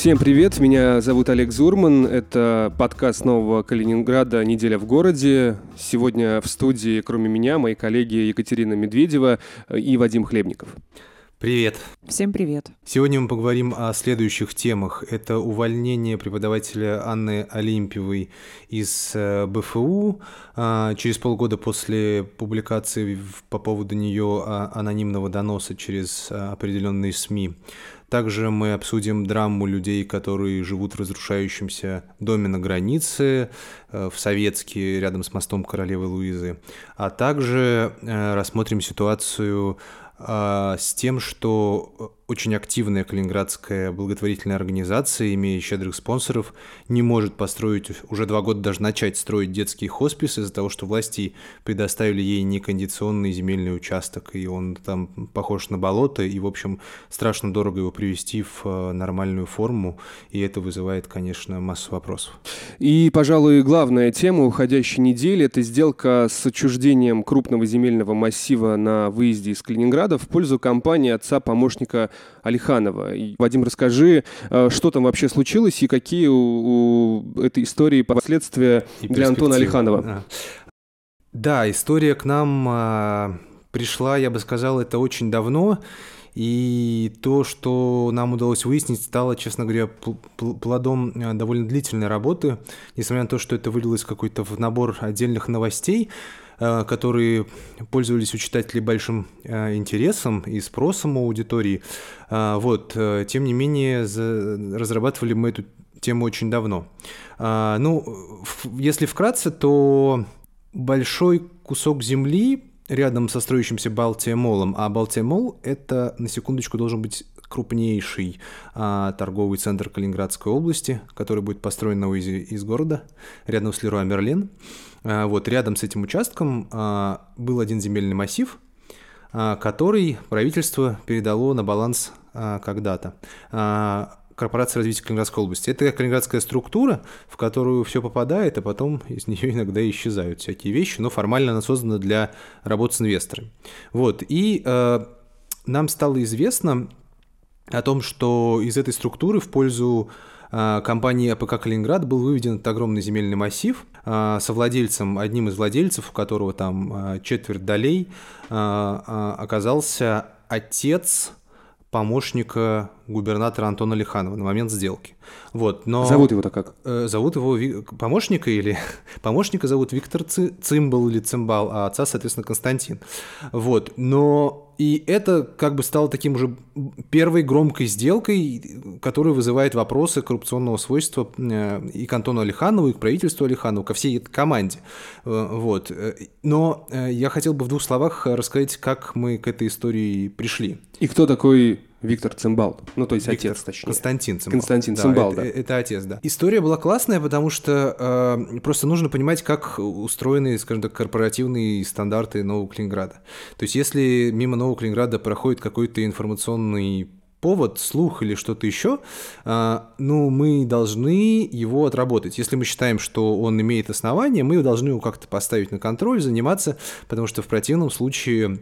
Всем привет, меня зовут Олег Зурман, это подкаст «Нового Калининграда. Неделя в городе». Сегодня в студии, кроме меня, мои коллеги Екатерина Медведева и Вадим Хлебников. Привет. Всем привет. Сегодня мы поговорим о следующих темах. Это увольнение преподавателя Анны Олимпиевой из БФУ через полгода после публикации по поводу нее анонимного доноса через определенные СМИ. Также мы обсудим драму людей, которые живут в разрушающемся доме на границе, в Советске, рядом с мостом Королевы Луизы. А также рассмотрим ситуацию с тем, что очень активная калининградская благотворительная организация, имея щедрых спонсоров, не может построить, уже 2 года даже начать строить детский хоспис из-за того, что власти предоставили ей некондиционный земельный участок, и он там похож на болото, и, в общем, страшно дорого его привести в нормальную форму, и это вызывает, конечно, массу вопросов. И, пожалуй, главная тема уходящей недели – это сделка с отчуждением крупного земельного массива на выезде из Калининграда в пользу компании отца-помощника Алиханова. И, Вадим, расскажи, что там вообще случилось и какие у этой истории последствия для Антона Алиханова? Да, история к нам пришла, я бы сказал, это очень давно. И то, что нам удалось выяснить, стало, честно говоря, плодом довольно длительной работы. Несмотря на то, что это вылилось в набор отдельных новостей, которые пользовались у читателей большим интересом и спросом у аудитории. Тем не менее, разрабатывали мы эту тему очень давно. Если вкратце, то большой кусок земли рядом со строящимся Балтия-молом, а Балтия-мол – это, на секундочку, должен быть крупнейший торговый центр Калининградской области, который будет построен на выезде из города, рядом с Леруа Мерлен. Рядом с этим участком был один земельный массив, который правительство передало на баланс когда-то Корпорации развития Калининградской области. Это калининградская структура, в которую все попадает, а потом из нее иногда исчезают всякие вещи, но формально она создана для работы с инвесторами. Нам стало известно о том, что из этой структуры в пользу компании АПК «Калининград» был выведен этот огромный земельный массив совладельцем, одним из владельцев, у которого там четверть долей, оказался отец помощника губернатора Антона Алиханова на момент сделки. Зовут его-то как? Зовут его помощника зовут Виктор Цимбал или Цимбал, а отца, соответственно, Константин. И это стало таким уже первой громкой сделкой, которая вызывает вопросы коррупционного свойства и к Антону Алиханову, и к правительству Алиханова, ко всей этой команде. Но я хотел бы в 2 словах рассказать, как мы к этой истории пришли. И кто такой Виктор Цимбал? То есть Виктор, отец, точнее. Константин Цимбал. Константин Цимбал, да. Это отец, да. История была классная, потому что просто нужно понимать, как устроены, скажем так, корпоративные стандарты Нового Калининграда. То есть если мимо Нового Калининграда проходит какой-то информационный повод, слух или что-то еще, мы должны его отработать. Если мы считаем, что он имеет основания, мы должны его как-то поставить на контроль, заниматься, потому что в противном случае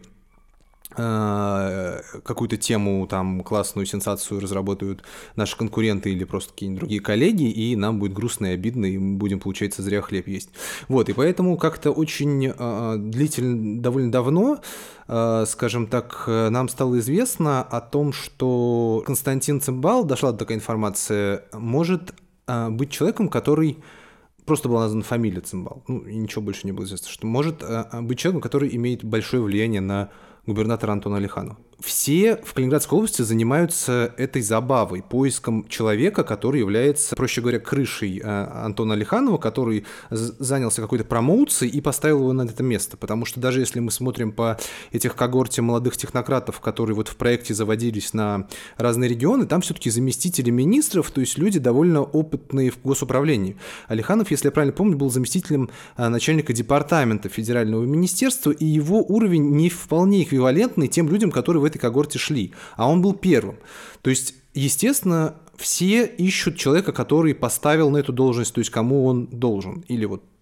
какую-то тему, классную сенсацию разработают наши конкуренты или просто какие-нибудь другие коллеги, и нам будет грустно и обидно, и мы будем, получается, зря хлеб есть. И поэтому как-то очень длительно, довольно давно, скажем так, нам стало известно о том, что Константин Цимбал, дошла такая информация, может быть человеком, который... Просто была названа фамилия Цимбал, и ничего больше не было известно, что может быть человеком, который имеет большое влияние на губернатора Антона Алиханова. Все в Калининградской области занимаются этой забавой, поиском человека, который является, проще говоря, крышей Антона Алиханова, который занялся какой-то промоуцией и поставил его на это место. Потому что даже если мы смотрим по этих когорте молодых технократов, которые в проекте заводились на разные регионы, там все-таки заместители министров, то есть люди довольно опытные в госуправлении. Алиханов, если я правильно помню, был заместителем начальника департамента федерального министерства, и его уровень не вполне эквивалентный тем людям, которые в этой когорте шли, а он был первым. То есть, естественно, все ищут человека, который поставил на эту должность, то есть кому он должен, или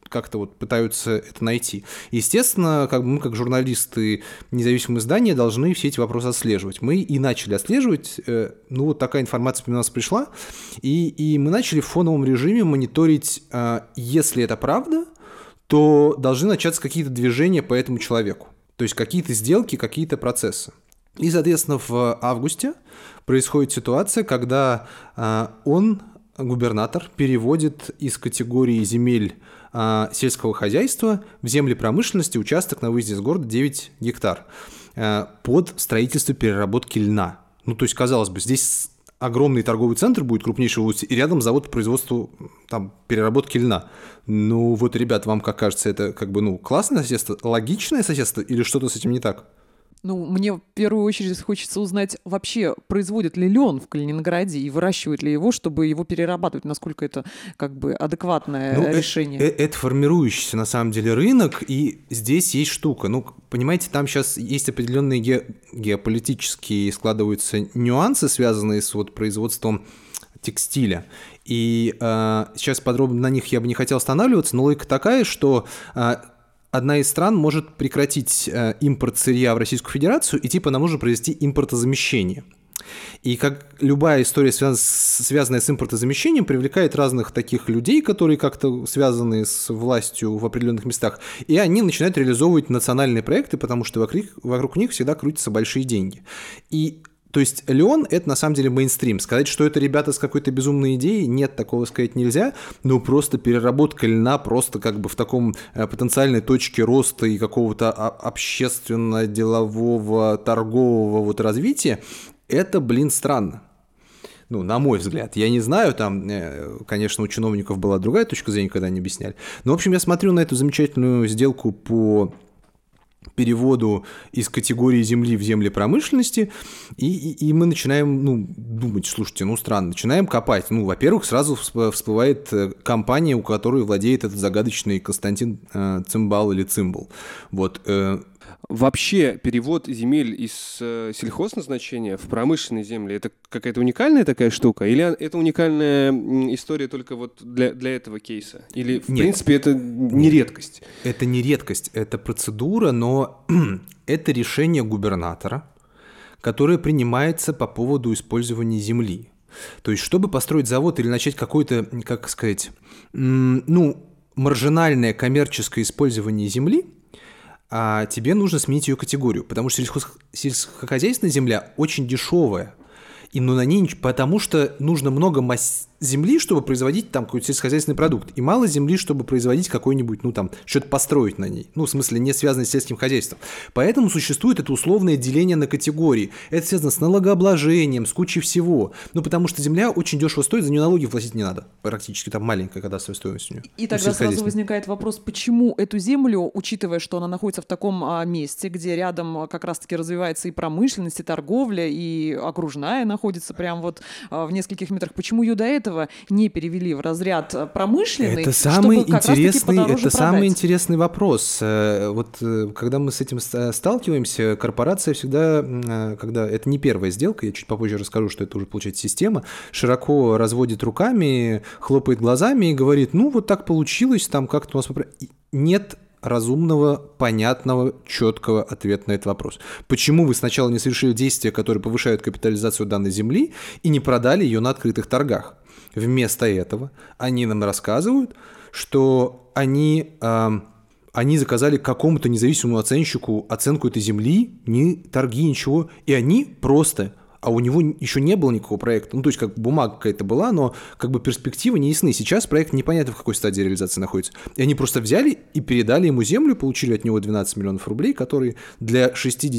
как-то вот пытаются это найти. Естественно, как бы мы, как журналисты независимого издания, должны все эти вопросы отслеживать. Мы и начали отслеживать, ну вот такая информация у нас пришла, и мы начали в фоновом режиме мониторить, если это правда, то должны начаться какие-то движения по этому человеку. То есть какие-то сделки, какие-то процессы. И, соответственно, в августе происходит ситуация, когда он, губернатор, переводит из категории земель сельского хозяйства в земли промышленности участок на выезде из города 9 гектар под строительство переработки льна. Ну, то есть, казалось бы, здесь огромный торговый центр будет, крупнейший в области, и рядом завод по производству там, переработки льна. Ну, вот, ребят, вам как кажется, это как бы, ну, классное соседство, логичное соседство или что-то с этим не так? Ну, мне в первую очередь хочется узнать, вообще производит ли лен в Калининграде и выращивает ли его, чтобы его перерабатывать, насколько это как бы адекватное решение. Это формирующийся на самом деле рынок, и здесь есть штука. Ну, понимаете, там сейчас есть определенные геополитические складываются нюансы, связанные с вот производством текстиля. И сейчас подробно на них я бы не хотел останавливаться, но логика такая, что одна из стран может прекратить импорт сырья в Российскую Федерацию, и типа нам нужно произвести импортозамещение. И как любая история, связанная с импортозамещением, привлекает разных таких людей, которые как-то связаны с властью в определенных местах, и они начинают реализовывать национальные проекты, потому что вокруг них всегда крутятся большие деньги. И то есть лен – это на самом деле мейнстрим. Сказать, что это ребята с какой-то безумной идеей, нет, такого сказать нельзя, но просто переработка льна просто как бы в таком потенциальной точке роста и какого-то общественно-делового, торгового вот развития – это, странно. Ну, на мой взгляд. Я не знаю, там, конечно, у чиновников была другая точка зрения, когда они объясняли. Но, в общем, я смотрю на эту замечательную сделку по переводу из категории земли в земли промышленности, и мы начинаем, думать, слушайте, странно, начинаем копать. Во-первых, сразу всплывает компания, у которой владеет этот загадочный Константин Цимбал или Цимбал. Вот. Вообще перевод земель из сельхозназначения в промышленные земли – это какая-то уникальная такая штука? Или это уникальная история только вот для этого кейса? Или, в принципе, это не редкость? Это не редкость, это процедура, но это решение губернатора, которое принимается по поводу использования земли. То есть, чтобы построить завод или начать какое-то, как сказать, маржинальное коммерческое использование земли, тебе нужно сменить ее категорию, потому что сельскохозяйственная земля очень дешевая, и на ней, потому что нужно много земли, чтобы производить там какой-то сельскохозяйственный продукт, и мало земли, чтобы производить какой-нибудь, что-то построить на ней, в смысле не связанное с сельским хозяйством. Поэтому существует это условное деление на категории. Это связано с налогообложением, с кучей всего. Потому что земля очень дешево стоит, за нее налоги платить не надо. Практически там маленькая кадастровая стоимость у нее. И тогда сразу возникает вопрос, почему эту землю, учитывая, что она находится в таком месте, где рядом как раз-таки развивается и промышленность, и торговля, и окружная находится прям вот в нескольких метрах, почему ее до этого не перевели в разряд промышленный, это самый интересный вопрос. Вот когда мы с этим сталкиваемся, корпорация всегда, когда это не первая сделка, я чуть попозже расскажу, что это уже получается система, широко разводит руками, хлопает глазами и говорит, вот так получилось, там как-то у нас... Нет разумного, понятного, четкого ответа на этот вопрос. Почему вы сначала не совершили действия, которые повышают капитализацию данной земли, и не продали ее на открытых торгах? Вместо этого они нам рассказывают, что они заказали какому-то независимому оценщику оценку этой земли, ни торги, ничего, и они просто... А у него еще не было никакого проекта. То есть, как бумага какая-то была, но как бы перспективы не ясны. Сейчас проект непонятно, в какой стадии реализации находится. И они просто взяли и передали ему землю, получили от него 12 миллионов рублей, которые для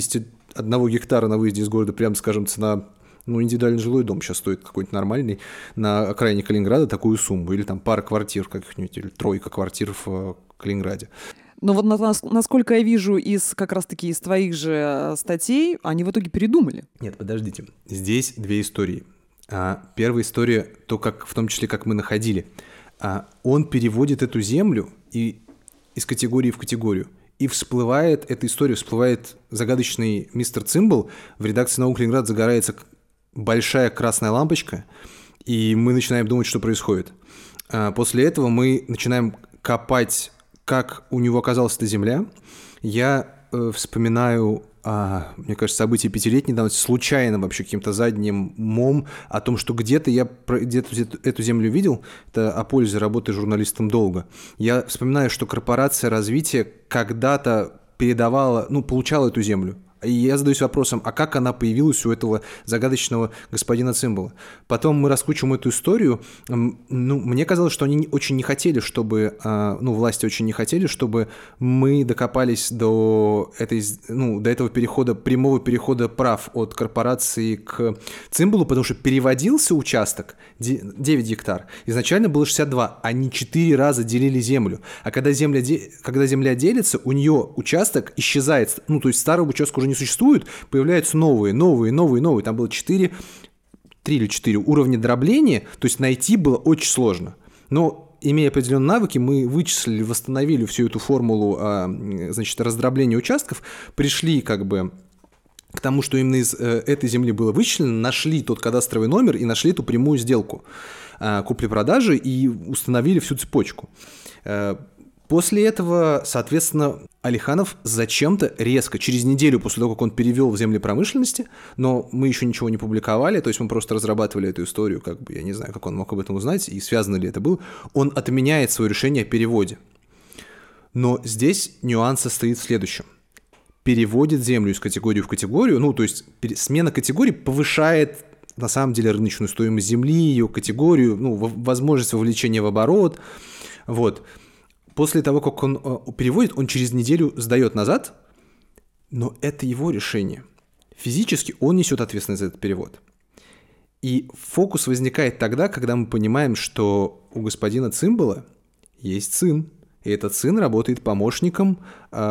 61 гектара на выезде из города, прямо скажем, цена... индивидуальный жилой дом сейчас стоит какой-то нормальный на окраине Калининграда такую сумму. Или там пара квартир каких-нибудь, или тройка квартир в Калининграде. Но вот насколько я вижу как раз-таки из твоих же статей, они в итоге передумали. Нет, подождите. Здесь две истории. Первая история, в том числе, как мы находили. Он переводит эту землю из категории в категорию. И эта история всплывает загадочный мистер Цимбал. В редакции «Наук Ленинград» загорается большая красная лампочка, и мы начинаем думать, что происходит. После этого мы начинаем копать как у него оказалась эта земля, я вспоминаю, мне кажется, события пятилетней давности, случайно вообще каким-то задним умом о том, что где-то я эту землю видел, это о пользе работы журналистом долго. Я вспоминаю, что корпорация развития когда-то получала эту землю. И я задаюсь вопросом, а как она появилась у этого загадочного господина Цимбала? Потом мы раскручиваем эту историю. Мне казалось, что они очень не хотели, чтобы, власти очень не хотели, чтобы мы докопались до этого перехода, прямого перехода прав от корпорации к Цимбалу, потому что переводился участок 9 гектар. Изначально было 62, они 4 раза делили землю. А когда земля делится, у нее участок исчезает, то есть старого участка уже не существует, появляются новые. Там было 3 или 4 уровня дробления, то есть найти было очень сложно. Но, имея определенные навыки, мы вычислили, восстановили всю эту формулу раздробления участков, пришли к тому, что именно из этой земли было вычислено, нашли тот кадастровый номер и нашли эту прямую сделку купли-продажи и установили всю цепочку. После этого, соответственно, Алиханов зачем-то резко, через неделю после того, как он перевел в земли промышленности, но мы еще ничего не публиковали, то есть мы просто разрабатывали эту историю, я не знаю, как он мог об этом узнать и связано ли это было, он отменяет свое решение о переводе. Но здесь нюанс состоит в следующем. Переводит землю из категории в категорию, то есть смена категории повышает на самом деле рыночную стоимость земли, ее категорию, возможность вовлечения в оборот, вот. После того, как он переводит, он через неделю сдает назад, но это его решение. Физически он несет ответственность за этот перевод. И фокус возникает тогда, когда мы понимаем, что у господина Цимбала есть сын, и этот сын работает помощником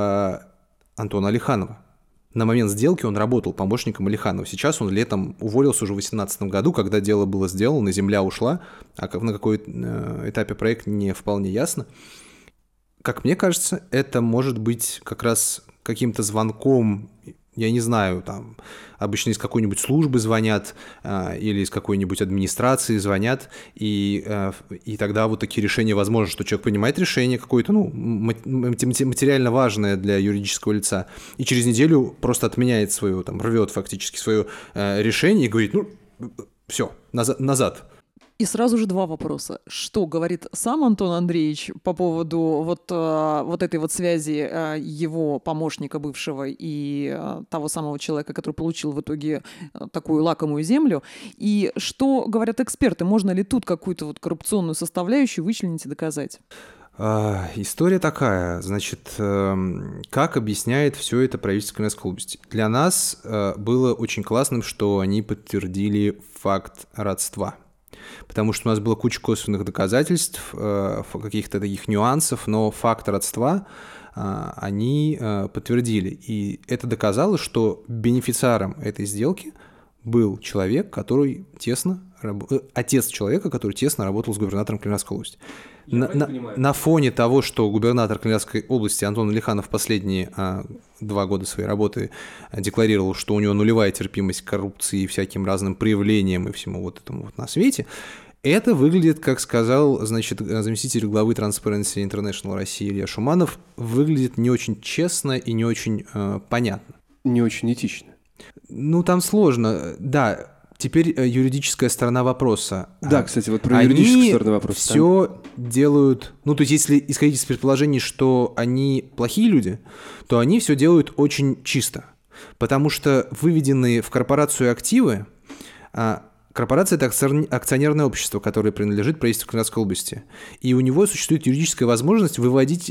Антона Алиханова. На момент сделки он работал помощником Алиханова. Сейчас он летом уволился уже в 2018 году, когда дело было сделано, земля ушла, а на какой этапе проекта не вполне ясно. Как мне кажется, это может быть как раз каким-то звонком, я не знаю, там обычно из какой-нибудь службы звонят или из какой-нибудь администрации звонят, и тогда вот такие решения возможны, что человек принимает решение какое-то, материально важное для юридического лица, и через неделю просто отменяет свое, рвет фактически свое решение и говорит, все, назад. И сразу же 2 вопроса. Что говорит сам Антон Андреевич по поводу вот этой вот связи его помощника бывшего и того самого человека, который получил в итоге такую лакомую землю? И что говорят эксперты? Можно ли тут какую-то вот коррупционную составляющую вычленить и доказать? История такая. Значит, как объясняет все это правительство Калининградской области? Для нас было очень классным, что они подтвердили факт родства. Потому что у нас была куча косвенных доказательств, каких-то таких нюансов, но факт родства они подтвердили. И это доказало, что бенефициаром этой сделки был человек, который отец человека, который тесно работал с губернатором Калининградской области. На фоне того, что губернатор Калининградской области Антон Алиханов последние 2 года своей работы декларировал, что у него нулевая терпимость к коррупции и всяким разным проявлениям и всему вот этому вот на свете, это выглядит, как сказал, заместитель главы Transparency International России Илья Шуманов, выглядит не очень честно и не очень понятно. Не очень этично. Там сложно, да. Теперь юридическая сторона вопроса. Да, кстати, вот про юридическую сторону вопроса. Они все делают... то есть если исходить из предположений, что они плохие люди, то они все делают очень чисто. Потому что выведенные в корпорацию активы... Корпорация – это акционерное общество, которое принадлежит правительству Калининградской области. И у него существует юридическая возможность выводить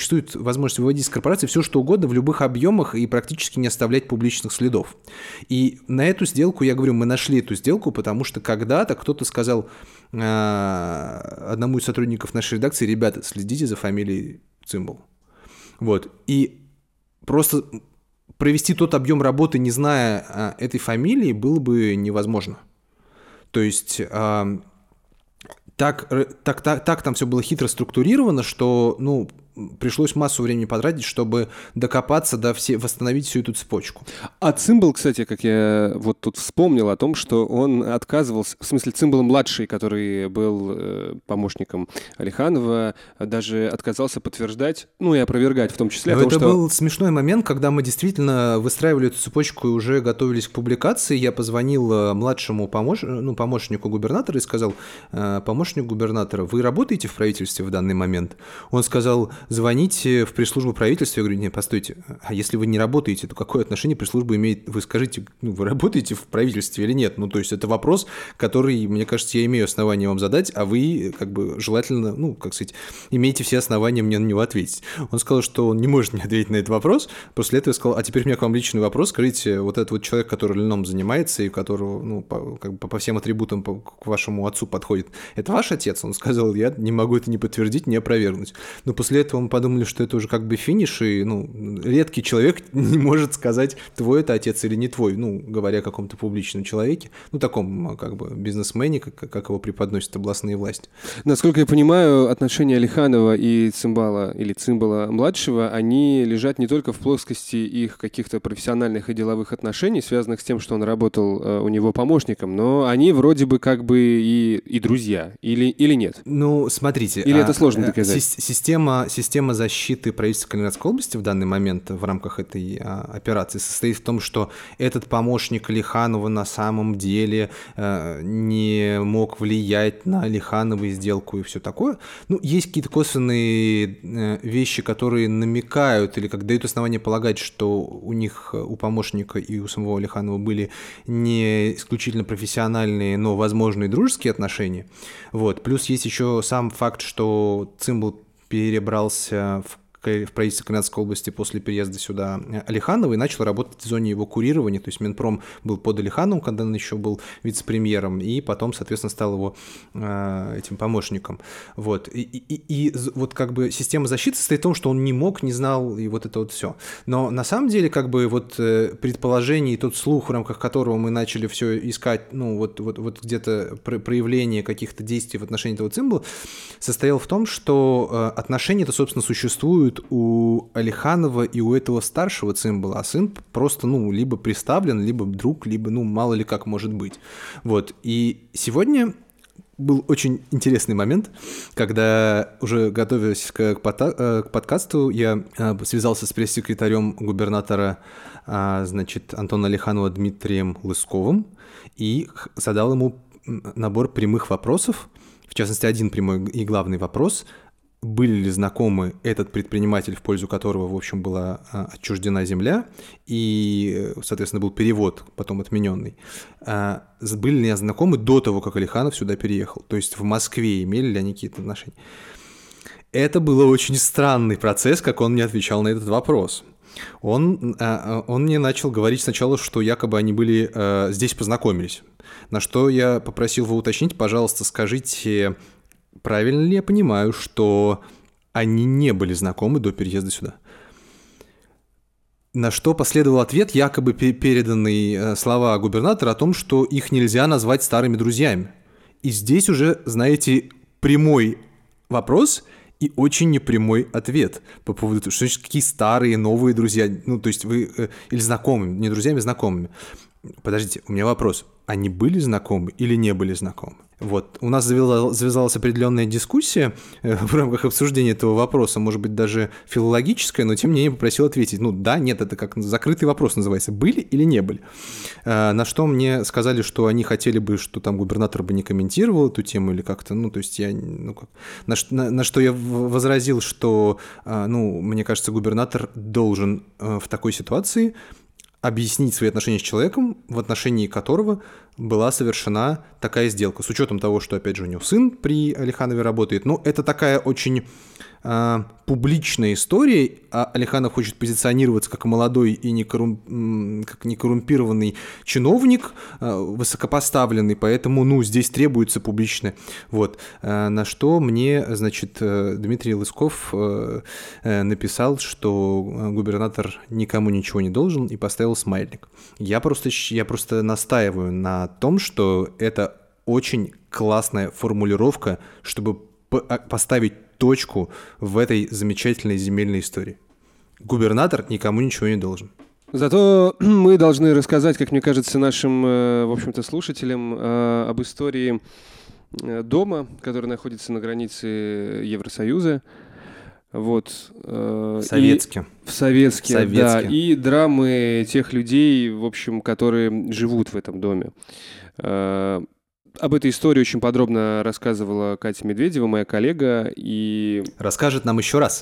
из корпорации все, что угодно, в любых объемах и практически не оставлять публичных следов. И на эту сделку, я говорю, мы нашли эту сделку, потому что когда-то кто-то сказал одному из сотрудников нашей редакции: ребята, следите за фамилией Цимбал. Вот. И просто провести тот объем работы, не зная этой фамилии, было бы невозможно. То есть так там все было хитро структурировано, что пришлось массу времени потратить, чтобы докопаться восстановить всю эту цепочку. А Цимбал, кстати, как я вот тут вспомнил о том, что он отказывался, в смысле Цимбал-младший, который был помощником Алиханова, даже отказался подтверждать, и опровергать в том числе. Это был смешной момент, когда мы действительно выстраивали эту цепочку и уже готовились к публикации. Я позвонил младшему помощнику губернатора и сказал: помощник губернатора, вы работаете в правительстве в данный момент? Он сказал: звоните в пресс-службу правительства. Я говорю: нет, постойте, а если вы не работаете, то какое отношение пресс-служба имеет? Вы скажите, вы работаете в правительстве или нет? То есть это вопрос, который, мне кажется, я имею основания вам задать, а вы, желательно, имеете все основания мне на него ответить. Он сказал, что он не может мне ответить на этот вопрос. После этого я сказал: а теперь у меня к вам личный вопрос. Скажите, вот этот вот человек, который льном занимается и которого, по всем атрибутам к вашему отцу подходит, это ваш отец? Он сказал: я не могу это не подтвердить, не опровергнуть. Но после этого мы подумали, что это уже финиш, и редкий человек не может сказать, твой это отец или не твой, говоря о каком-то публичном человеке, таком бизнесмене, как его преподносят областные власти. Насколько я понимаю, отношения Алиханова и Цимбала или Цимбала-младшего, они лежат не только в плоскости их каких-то профессиональных и деловых отношений, связанных с тем, что он работал у него помощником, но они вроде бы и друзья, или нет? Смотрите. Или это сложно доказать? Система защиты правительства Калининградской области в данный момент в рамках этой операции состоит в том, что этот помощник Алиханова на самом деле не мог влиять на Алиханова и сделку и все такое. Есть какие-то косвенные вещи, которые намекают или дают основания полагать, что у помощника и у самого Алиханова были не исключительно профессиональные, но возможные дружеские отношения. Плюс есть еще сам факт, что Цимбал перебрался в правительство Калининградской области после переезда сюда Алиханова и начал работать в зоне его курирования, то есть Минпром был под Алихановым, когда он еще был вице-премьером, и потом, соответственно, стал его этим помощником. И система защиты состоит в том, что он не мог, не знал, и вот это вот все. Но на самом деле, предположение и тот слух, в рамках которого мы начали все искать, где-то проявление каких-то действий в отношении этого Цимбала, состоял в том, что отношения-то, собственно, существуют у Алиханова и у этого старшего Цимбала, а сын просто, либо приставлен, либо друг, либо, мало ли как может быть. И сегодня был очень интересный момент, когда, уже готовясь к подкасту, я связался с пресс-секретарем губернатора, Антона Алиханова Дмитрием Лысковым и задал ему набор прямых вопросов, в частности, один прямой и главный вопрос: были ли знакомы этот предприниматель, в пользу которого, в общем, была отчуждена земля, и, соответственно, был перевод, потом отмененный. Были ли они знакомы до того, как Алиханов сюда переехал? То есть в Москве имели ли они какие-то отношения? Это был очень странный процесс, как он мне отвечал на этот вопрос. Он мне начал говорить сначала, что якобы они были здесь познакомились. На что я попросил его уточнить: пожалуйста, скажите, правильно ли я понимаю, что они не были знакомы до переезда сюда? На что последовал ответ, якобы переданный слова губернатора о том, что их нельзя назвать старыми друзьями. И здесь уже, знаете, прямой вопрос и очень непрямой ответ по поводу того, что значит, какие старые, новые друзья, то есть вы, или знакомыми, не друзьями, а знакомыми. Подождите, у меня вопрос. Они были знакомы или не были знакомы? У нас завязалась определенная дискуссия в рамках обсуждения этого вопроса, может быть, даже филологическая, но тем не менее попросил ответить. Да, нет, это как закрытый вопрос называется. Были или не были? На что мне сказали, что они хотели бы, что там губернатор бы не комментировал эту тему или как-то, то есть я, на что я возразил, что, мне кажется, губернатор должен в такой ситуации объяснить свои отношения с человеком, в отношении которого была совершена такая сделка. С учетом того, что, опять же, у него сын при Алиханове работает. Это такая очень публичная история, а Алиханов хочет позиционироваться как молодой и как некоррумпированный чиновник, высокопоставленный, поэтому, здесь требуется публичное. На что мне, Дмитрий Лысков написал, что губернатор никому ничего не должен, и поставил смайлик. Я просто настаиваю на том, что это очень классная формулировка, чтобы поставить точку в этой замечательной земельной истории. Губернатор никому ничего не должен. Зато мы должны рассказать, как мне кажется, нашим, в общем-то, слушателям об истории дома, который находится на границе Евросоюза. Вот. В Советске. В Советске, да. И драмы тех людей, в общем, которые живут в этом доме. Об этой истории очень подробно рассказывала Катя Медведева, моя коллега, и... Расскажет нам еще раз.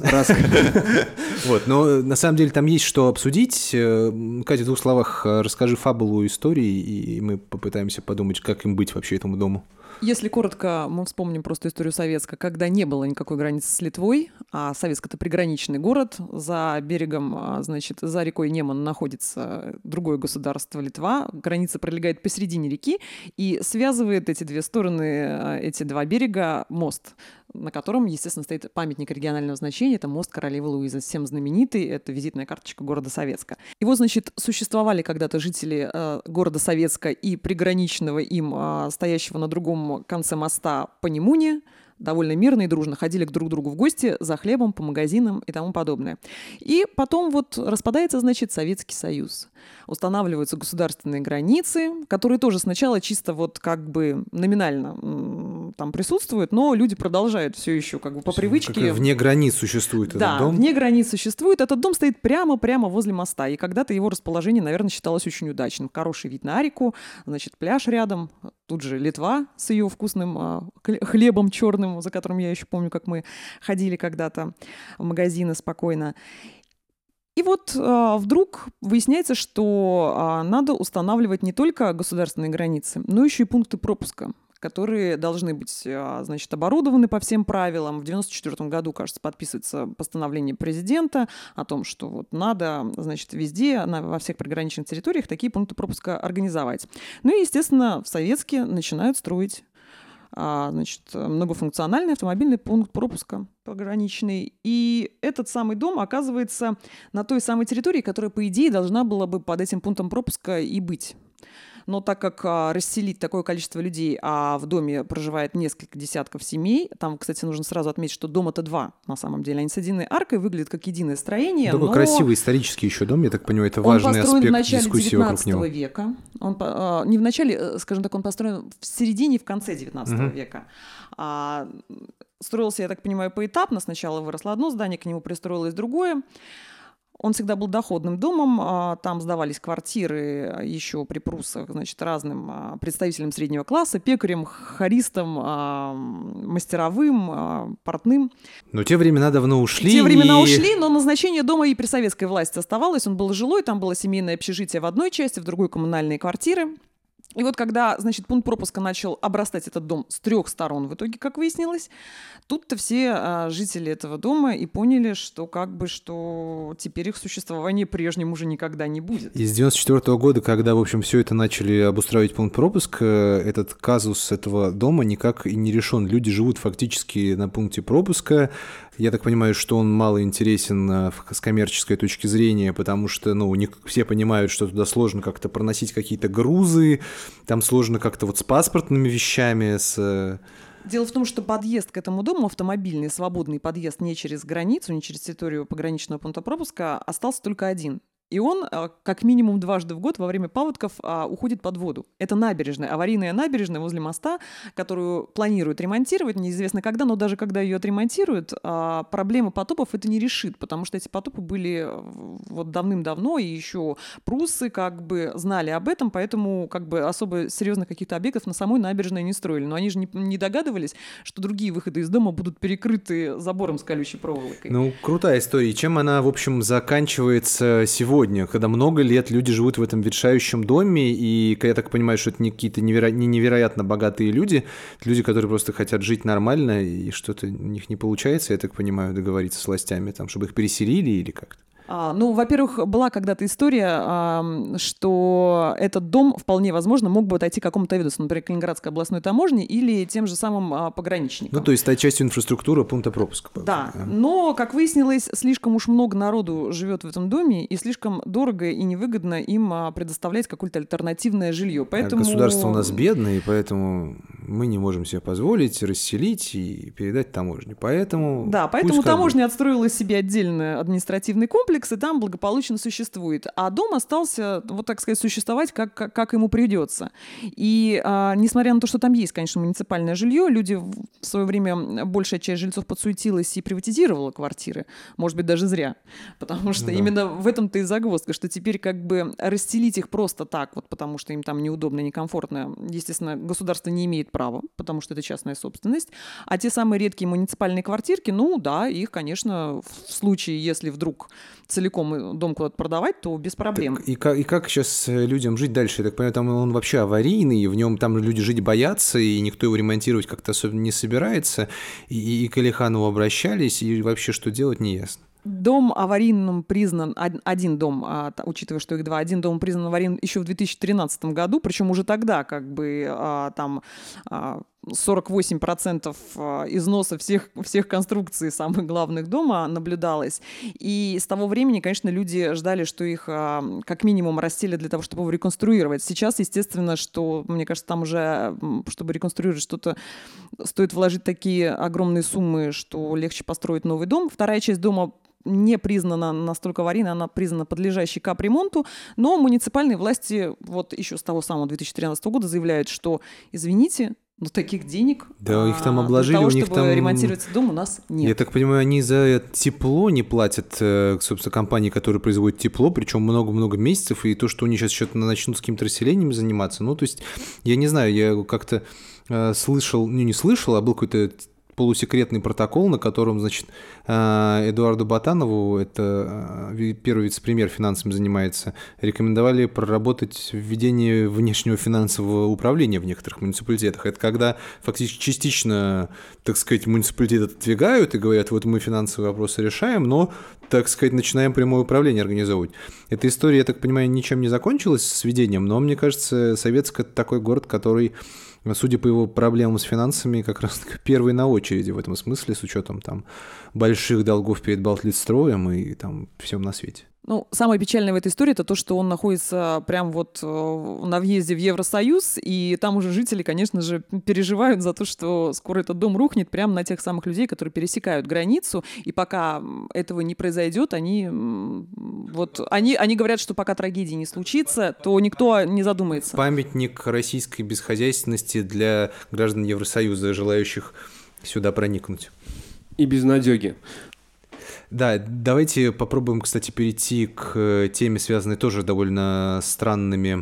Вот, но на самом деле там есть что обсудить. Катя, в 2 словах расскажи фабулу истории, и мы попытаемся подумать, как им быть вообще этому дому. Если коротко, мы вспомним просто историю Советска, когда не было никакой границы с Литвой, а Советск — это приграничный город, за берегом, значит, за рекой Неман находится другое государство Литва, граница пролегает посередине реки и связывает эти 2 стороны, эти 2 берега мост, на котором, естественно, стоит памятник регионального значения, это мост Королевы Луизы, всем знаменитый, это визитная карточка города Советска. И вот, значит, существовали когда-то жители города Советска и приграничного им, стоящего на другом конце моста Панимуни, довольно мирно и дружно ходили друг к другу в гости за хлебом, по магазинам и тому подобное. И потом вот распадается, значит, Советский Союз. Устанавливаются государственные границы, которые тоже сначала чисто вот как бы номинально там присутствуют, но люди продолжают все еще как бы по привычке. Как вне границ существует этот дом? Да, вне границ существует. Этот дом стоит прямо возле моста. И когда-то его расположение, наверное, считалось очень удачным. Хороший вид на реку, значит, пляж рядом. Тут же Литва с ее вкусным хлебом черным, за которым я еще помню, как мы ходили когда-то в магазины спокойно. И вот вдруг выясняется, что надо устанавливать не только государственные границы, но еще и пункты пропуска, которые должны быть, значит, оборудованы по всем правилам. В 1994 году, кажется, подписывается постановление президента о том, что вот надо, значит, везде, во всех приграничных территориях такие пункты пропуска организовать. Ну и, естественно, в Советске начинают строить, значит, многофункциональный автомобильный пункт пропуска пограничный. И этот самый дом оказывается на той самой территории, которая, по идее, должна была бы под этим пунктом пропуска и быть. Но так как расселить такое количество людей, а в доме проживает несколько десятков семей, там, кстати, нужно сразу отметить, что дом — это 2, на самом деле. Они с единой аркой выглядят как единое строение. Такой красивый исторический еще дом, я так понимаю, это важный аспект дискуссии вокруг него. Он построен в начале 19 века. Он не в начале, скажем так, он построен в середине и в конце 19 века. Строился, я так понимаю, поэтапно. Сначала выросло одно здание, к нему пристроилось другое. Он всегда был доходным домом, там сдавались квартиры еще при пруссах, значит, разным представителям среднего класса, пекарям, хористам, мастеровым, портным. Но те времена давно ушли. Те времена ушли, но назначение дома и при советской власти оставалось. Он был жилой, там было семейное общежитие в одной части, в другой коммунальные квартиры. И вот когда, значит, пункт пропуска начал обрастать этот дом с 3 сторон, в итоге, как выяснилось, тут-то все жители этого дома и поняли, что как бы, что теперь их существование прежним уже никогда не будет. И с 1994 года, когда, в общем, все это начали обустраивать пункт пропуска, этот казус этого дома никак и не решен. Люди живут фактически на пункте пропуска. Я так понимаю, что он мало интересен с коммерческой точки зрения, потому что, ну, не все понимают, что туда сложно как-то проносить какие-то грузы, там сложно как-то вот с паспортными вещами, с... Дело в том, что подъезд к этому дому, автомобильный, свободный подъезд не через границу, не через территорию пограничного пункта пропуска, остался только один. И он как минимум 2 раза в год во время паводков уходит под воду. Это набережная, аварийная набережная возле моста, которую планируют ремонтировать, неизвестно когда, но даже когда ее отремонтируют, проблема потопов это не решит, потому что эти потопы были вот давным-давно, и еще пруссы как бы знали об этом, поэтому как бы особо серьезных каких-то объектов на самой набережной не строили. Но они же не догадывались, что другие выходы из дома будут перекрыты забором с колючей проволокой. Ну, крутая история. И чем она, в общем, заканчивается сегодня, когда много лет люди живут в этом ветшающем доме, и я так понимаю, что это не какие-то невероятно богатые люди, которые просто хотят жить нормально, и что-то у них не получается, я так понимаю, договориться с властями, там, чтобы их переселили или как-то. Ну, во-первых, была когда-то история, что этот дом вполне возможно мог бы отойти к какому-то ведомству, например, Калининградской областной таможне или тем же самым пограничникам. Ну, то есть стать частью инфраструктуры пункта пропуска. Да, но, как выяснилось, слишком уж много народу живет в этом доме, и слишком дорого и невыгодно им предоставлять какое-то альтернативное жилье. Поэтому... Государство у нас бедное, и поэтому мы не можем себе позволить расселить и передать таможне. Поэтому таможня отстроила себе отдельный административный комплекс, и там благополучно существует. А дом остался, вот так сказать, существовать, как ему придется. И несмотря на то, что там есть, конечно, муниципальное жилье, люди в свое время, большая часть жильцов подсуетилась и приватизировала квартиры. Может быть, даже зря. Потому что именно в этом-то и загвоздка, что теперь как бы расселить их просто так, вот потому что им там неудобно, некомфортно, естественно, государство не имеет права, потому что это частная собственность. А те самые редкие муниципальные квартирки, ну да, их, конечно, в случае, если вдруг целиком дом куда-то продавать, то без проблем. Так, и как сейчас людям жить дальше? Я так понимаю, там он вообще аварийный, в нем там люди жить боятся, и никто его ремонтировать как-то особенно не собирается. И к Алиханову обращались, и вообще что делать, не ясно. Дом аварийным признан, один дом, учитывая, что их два, один дом признан аварийным еще в 2013 году, причем уже тогда как бы там 48% износа всех конструкций самых главных дома наблюдалось. И с того времени, конечно, люди ждали, что их как минимум расселят для того, чтобы его реконструировать. Сейчас, естественно, что, мне кажется, там уже, чтобы реконструировать что-то, стоит вложить такие огромные суммы, что легче построить новый дом. Вторая часть дома не признана настолько аварийной, она признана подлежащей капремонту, но муниципальные власти вот еще с того самого 2013 года заявляют, что, извините, но таких денег да, их там обложили, для того, у них чтобы там... ремонтировать дом, у нас нет. Я так понимаю, они за тепло не платят, собственно, компании, которые производят тепло, причем много-много месяцев, и то, что они сейчас что-то начнут с какими-то расселениями заниматься, ну, то есть, я не знаю, я как-то слышал, не слышал, а был какой-то полусекретный протокол, на котором, значит, Эдуарду Ботанову, это первый вице-премьер финансами занимается, рекомендовали проработать введение внешнего финансового управления в некоторых муниципалитетах. Это когда фактически частично, так сказать, муниципалитет отодвигают и говорят, вот мы финансовые вопросы решаем, но, так сказать, начинаем прямое управление организовывать. Эта история, я так понимаю, ничем не закончилась с введением, но, мне кажется, Советск – это такой город, который, судя по его проблемам с финансами, как раз первый на очереди в этом смысле, с учетом там больших долгов перед Балтлитстроем и там всем на свете. Ну, самое печальное в этой истории это то, что он находится прямо вот на въезде в Евросоюз, и там уже жители, конечно же, переживают за то, что скоро этот дом рухнет прямо на тех самых людей, которые пересекают границу, и пока этого не произойдет, они говорят, что пока трагедии не случится, то никто не задумается. Памятник российской бесхозяйственности для граждан Евросоюза, желающих сюда проникнуть. И безнадёги. Да, давайте попробуем, кстати, перейти к теме, связанной тоже довольно странными,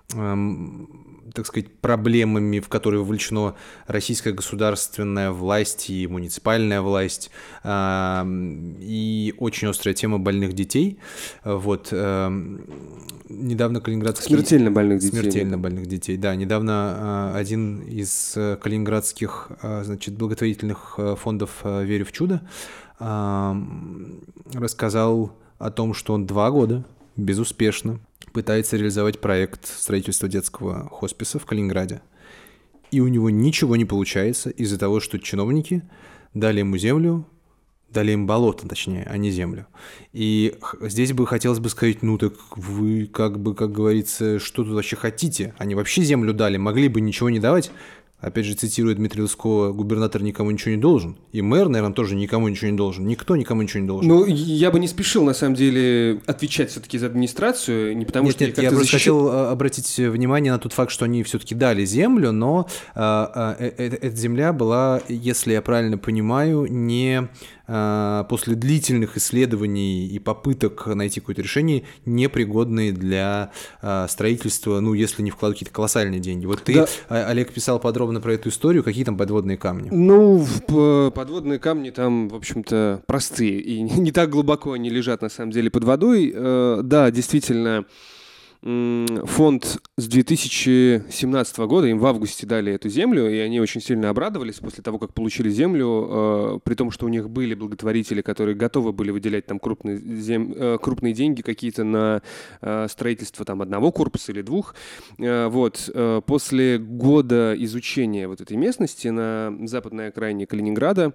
так сказать, проблемами, в которые вовлечена российская государственная власть и муниципальная власть, и очень острая тема больных детей. Вот. Недавно калининградский... Смертельно больных детей. Смертельно больных детей, да. Недавно один из калининградских, значит, благотворительных фондов «Верю в чудо» рассказал о том, что он 2 года безуспешно пытается реализовать проект строительства детского хосписа в Калининграде. И у него ничего не получается из-за того, что чиновники дали ему землю, дали им болото, точнее, а не землю. И здесь бы хотелось бы сказать, ну так вы, как говорится, что тут вообще хотите? Они вообще землю дали, могли бы ничего не давать. Опять же, цитируя Дмитрия Лыскового, губернатор никому ничего не должен. И мэр, наверное, тоже никому ничего не должен. Никто никому ничего не должен. Ну, я бы не спешил, на самом деле, отвечать все-таки за администрацию, не потому что... Нет, я просто хотел обратить внимание на тот факт, что они все-таки дали землю, но эта земля была, если я правильно понимаю, не после длительных исследований и попыток найти какое-то решение, непригодные для строительства, ну, если не вкладывать какие-то колоссальные деньги. Вот ты, да. Олег, писал подробно про эту историю. Какие там подводные камни? Ну, подводные камни там, в общем-то, простые. И не так глубоко они лежат, на самом деле, под водой. Да, действительно, фонд с 2017 года, им в августе дали эту землю, и они очень сильно обрадовались после того, как получили землю, при том, что у них были благотворители, которые готовы были выделять там крупные деньги какие-то на строительство там одного корпуса или двух. Вот. После года изучения вот этой местности на западной окраине Калининграда,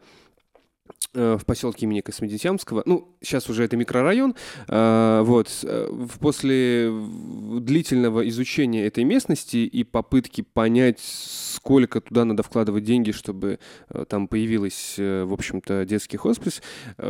в поселке имени Космодемьянского. Ну, сейчас уже это микрорайон. Вот. После длительного изучения этой местности и попытки понять, сколько туда надо вкладывать деньги, чтобы там появилась, в общем-то, детский хоспис,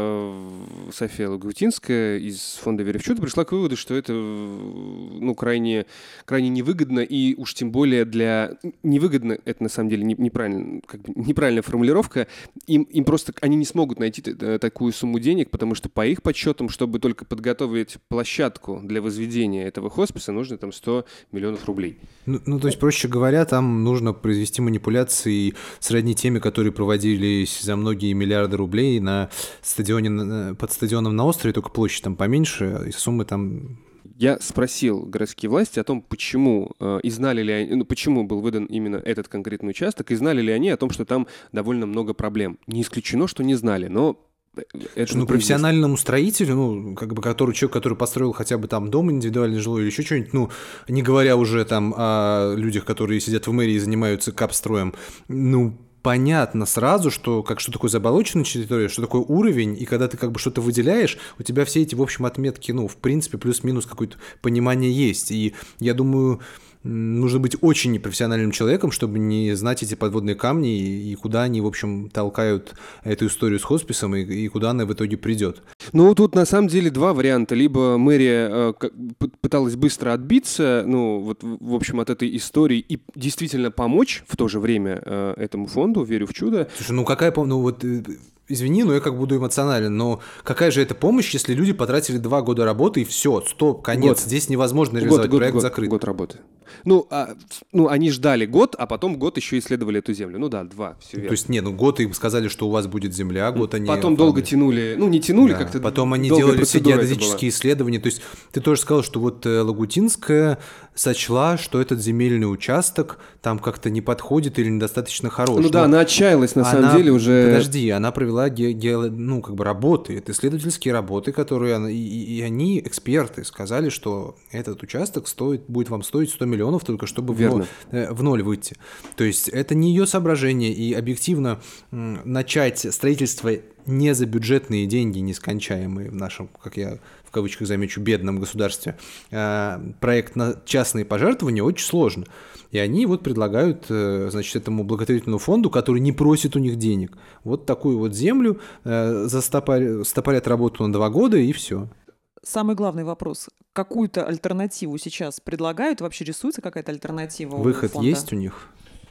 София Лагутинская из фонда «Веры в чудо» пришла к выводу, что это крайне невыгодно, и уж тем более для... Невыгодно, это на самом деле неправильная формулировка. Им просто... Они не смогут найти такую сумму денег, потому что по их подсчетам, чтобы только подготовить площадку для возведения этого хосписа, нужно там 100 миллионов рублей. То есть, проще говоря, там нужно произвести манипуляции сродни теми, которые проводились за многие миллиарды рублей на стадионе, под стадионом на острове, только площадь там поменьше, и суммы там... Я спросил городские власти о том, почему и знали ли они, почему был выдан именно этот конкретный участок, и знали ли они о том, что там довольно много проблем. Не исключено, что не знали, но это профессиональному строителю, человек, который построил хотя бы там дом индивидуальный жилой или еще что-нибудь, не говоря уже там о людях, которые сидят в мэрии и занимаются капстроем, понятно сразу, что такое заболоченная территория, что такое уровень, и когда ты что-то выделяешь, у тебя все эти, в общем, отметки, в принципе, плюс-минус какое-то понимание есть. И я думаю, нужно быть очень непрофессиональным человеком, чтобы не знать эти подводные камни и куда они, в общем, толкают эту историю с хосписом и куда она в итоге придет. Тут на самом деле два варианта. Либо мэрия пыталась быстро отбиться, в общем, от этой истории и действительно помочь в то же время этому фонду «Верю в чудо». Слушай, извини, но я буду эмоционален, но какая же это помощь, если люди потратили 2 года работы и все, стоп, конец, здесь невозможно реализовать, проект закрыт. Год работы. Они ждали год, а потом год еще исследовали эту землю. 2, все верно. То есть, год им сказали, что у вас будет земля, год они... Потом долго тянули, не тянули, как-то... Потом они делали все геодезические исследования, то есть ты тоже сказал, что Лагутинская сочла, что этот земельный участок там как-то не подходит или недостаточно хорош. Она отчаялась, на самом деле, уже... Подожди, она провела работы, это исследовательские работы, которые... И они, эксперты, сказали, что этот участок будет вам стоить 100 миллионов, только чтобы в ноль выйти. То есть это не ее соображение, и объективно начать строительство не за бюджетные деньги, нескончаемые в нашем, как я в кавычках замечу, бедном государстве, проект на частные пожертвования очень сложно. И они предлагают, этому благотворительному фонду, который не просит у них денег, такую землю, стопорят работу на 2 года и все. Самый главный вопрос. Какую-то альтернативу сейчас предлагают? Вообще рисуется какая-то альтернатива? Выход у фонда? есть у них?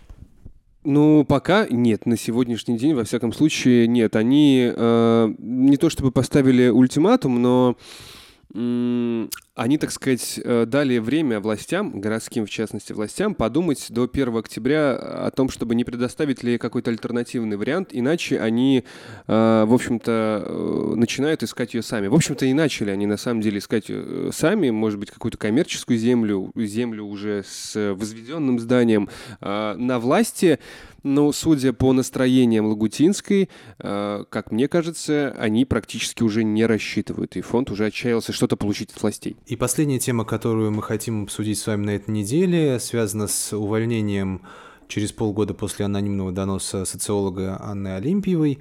Пока нет. На сегодняшний день, во всяком случае, нет. Они не то чтобы поставили ультиматум, но они, так сказать, дали время властям, городским, в частности, властям, подумать до 1 октября о том, чтобы не предоставить ли какой-то альтернативный вариант, иначе они, в общем-то, начинают искать ее сами. В общем-то, и начали они, на самом деле, искать ее сами, может быть, какую-то коммерческую землю уже с возведенным зданием. На власти, судя по настроениям Лагутинской, как мне кажется, они практически уже не рассчитывают, и фонд уже отчаялся что-то получить от властей. И последняя тема, которую мы хотим обсудить с вами на этой неделе, связана с увольнением через полгода после анонимного доноса социолога Анны Олимпиевой.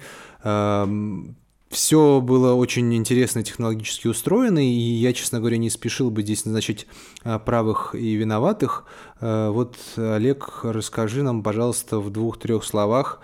Все было очень интересно технологически устроено, и я, честно говоря, не спешил бы здесь назначить правых и виноватых. Олег, расскажи нам, пожалуйста, в 2-3 словах,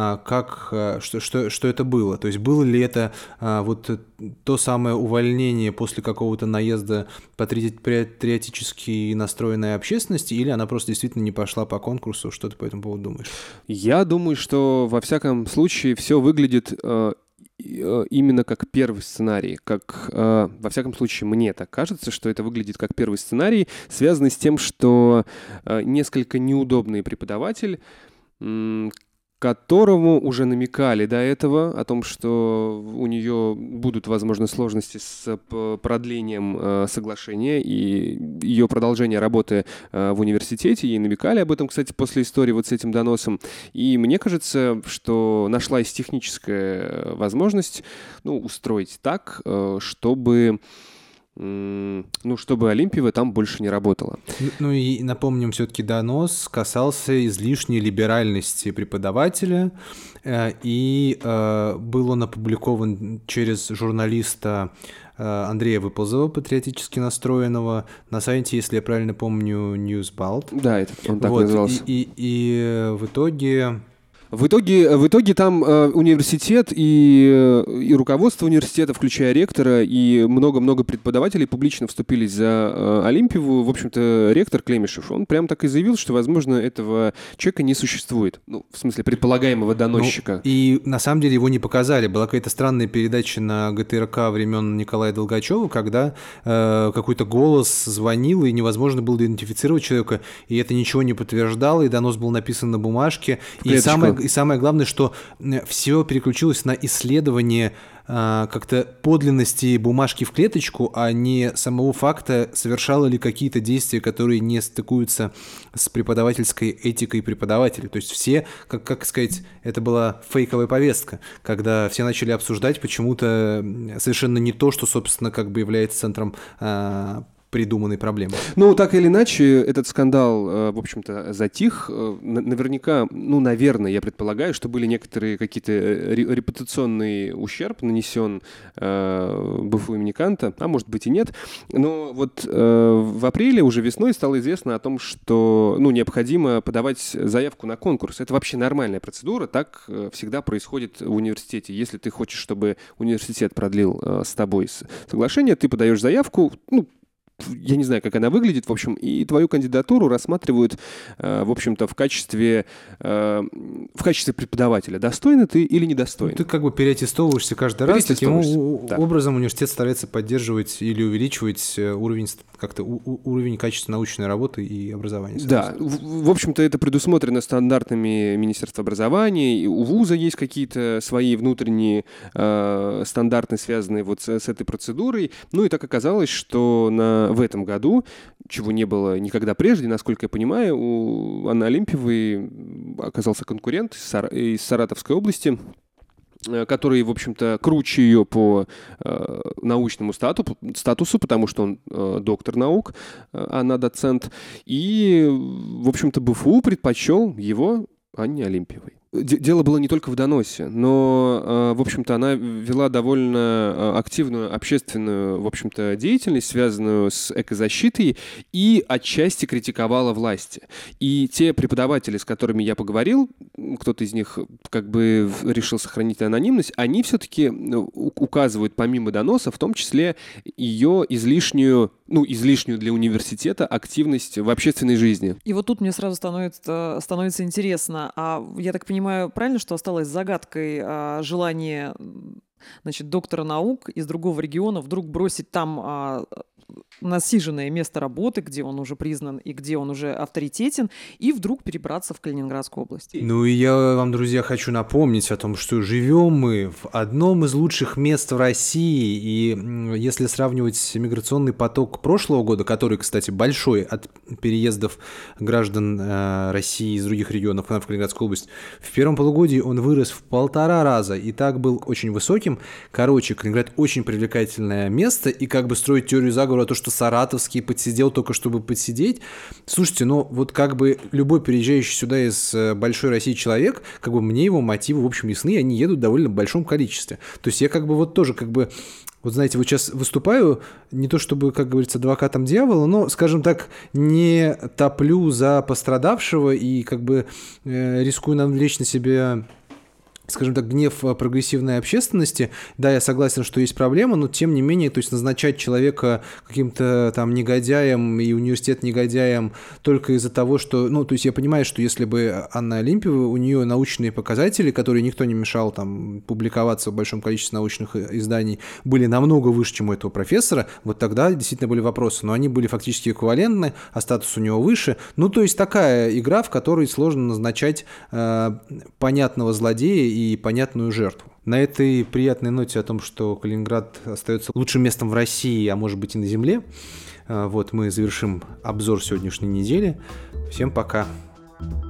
что это было. То есть было ли это то самое увольнение после какого-то наезда патриотически настроенной общественности, или она просто действительно не пошла по конкурсу? Что ты по этому поводу думаешь? Я думаю, что во всяком случае все выглядит именно как первый сценарий, во всяком случае, мне так кажется, что это выглядит как первый сценарий, связанный с тем, что несколько неудобный преподаватель которому уже намекали до этого о том, что у нее будут, возможно, сложности с продлением соглашения и ее продолжение работы в университете. Ей намекали об этом, кстати, после истории вот с этим доносом. И мне кажется, что нашлась техническая возможность, устроить так, чтобы Олимпиева там больше не работала. И напомним, все-таки донос касался излишней либеральности преподавателя, и был он опубликован через журналиста Андрея Выползова, патриотически настроенного, на сайте, если я правильно помню, Newsbalt. Да, он так назывался. И в итоге... В итоге там университет и руководство университета, включая ректора, и много-много преподавателей публично вступились за Олимпиеву. В общем-то, ректор Клемишев, он прям так и заявил, что, возможно, этого человека не существует. В смысле, предполагаемого доносчика. И на самом деле его не показали. Была какая-то странная передача на ГТРК времен Николая Долгачева, когда какой-то голос звонил, и невозможно было идентифицировать человека, и это ничего не подтверждало, и донос был написан на бумажке. И самое главное, что все переключилось на исследование как-то подлинности бумажки в клеточку, а не самого факта, совершала ли какие-то действия, которые не стыкуются с преподавательской этикой преподавателя. То есть все, как сказать, это была фейковая повестка, когда все начали обсуждать почему-то совершенно не то, что, собственно, как бы является центром придуманной проблемы. Так или иначе, этот скандал, в общем-то, затих. Наверняка, наверное, я предполагаю, что были некоторые какие-то репутационный ущерб нанесен БФУ имени Канта, а может быть и нет. Но вот в апреле, уже весной, стало известно о том, что необходимо подавать заявку на конкурс. Это вообще нормальная процедура, так всегда происходит в университете. Если ты хочешь, чтобы университет продлил с тобой соглашение, ты подаешь заявку, я не знаю, как она выглядит, в общем, и твою кандидатуру рассматривают, в общем-то, в качестве преподавателя. Достойный ты или недостойный? Ты как бы переаттестовываешься каждый раз. Таким образом университет старается поддерживать или увеличивать уровень качества научной работы и образования. Да, в общем-то, это предусмотрено стандартами Министерства образования. И у вуза есть какие-то свои внутренние стандарты, связанные вот с этой процедурой. И так оказалось, что в этом году, чего не было никогда прежде, насколько я понимаю, у Анны Олимпиевой оказался конкурент из Саратовской области, который, в общем-то, круче ее по научному статусу, потому что он доктор наук, она доцент. И, в общем-то, БФУ предпочел его Анне Олимпиевой. Дело было не только в доносе, но, в общем-то, она вела довольно активную общественную, в общем-то, деятельность, связанную с экозащитой, и отчасти критиковала власти. И те преподаватели, с которыми я поговорил, кто-то из них как бы решил сохранить анонимность, они все-таки указывают, помимо доноса, в том числе ее излишнюю для университета активность в общественной жизни. И вот тут мне сразу становится интересно, а я так понимаю, правильно, что осталось загадкой желание, доктора наук из другого региона вдруг бросить там насиженное место работы, где он уже признан и где он уже авторитетен, и вдруг перебраться в Калининградскую область. И я вам, друзья, хочу напомнить о том, что живем мы в одном из лучших мест в России, и если сравнивать миграционный поток прошлого года, который, кстати, большой от переездов граждан России из других регионов в Калининградскую область, в первом полугодии он вырос в 1,5 раза, и так был очень высоким. Калининград очень привлекательное место, и как бы строить теорию заговора о том, что Саратовский подсидел только чтобы подсидеть. Слушайте, вот как бы любой переезжающий сюда из большой России человек, как бы мне его мотивы, в общем, ясны, они едут в довольно большом количестве. То есть я как бы вот тоже как бы, вот знаете, вот сейчас выступаю, не то чтобы, как говорится, адвокатом дьявола, но, скажем так, не топлю за пострадавшего и как бы рискую навлечь на себя скажем так, гнев прогрессивной общественности. Да, я согласен, что есть проблема, но тем не менее, то есть назначать человека каким-то там негодяем и университет негодяем только из-за того, что, ну, то есть я понимаю, что если бы Анна Олимпиева, у нее научные показатели, которые никто не мешал там публиковаться в большом количестве научных изданий, были намного выше, чем у этого профессора, вот тогда действительно были вопросы, но они были фактически эквивалентны, а статус у него выше. Ну, то есть такая игра, в которой сложно назначать понятного злодея и понятную жертву. На этой приятной ноте о том, что Калининград остается лучшим местом в России, а может быть и на Земле, вот мы завершим обзор сегодняшней недели. Всем пока!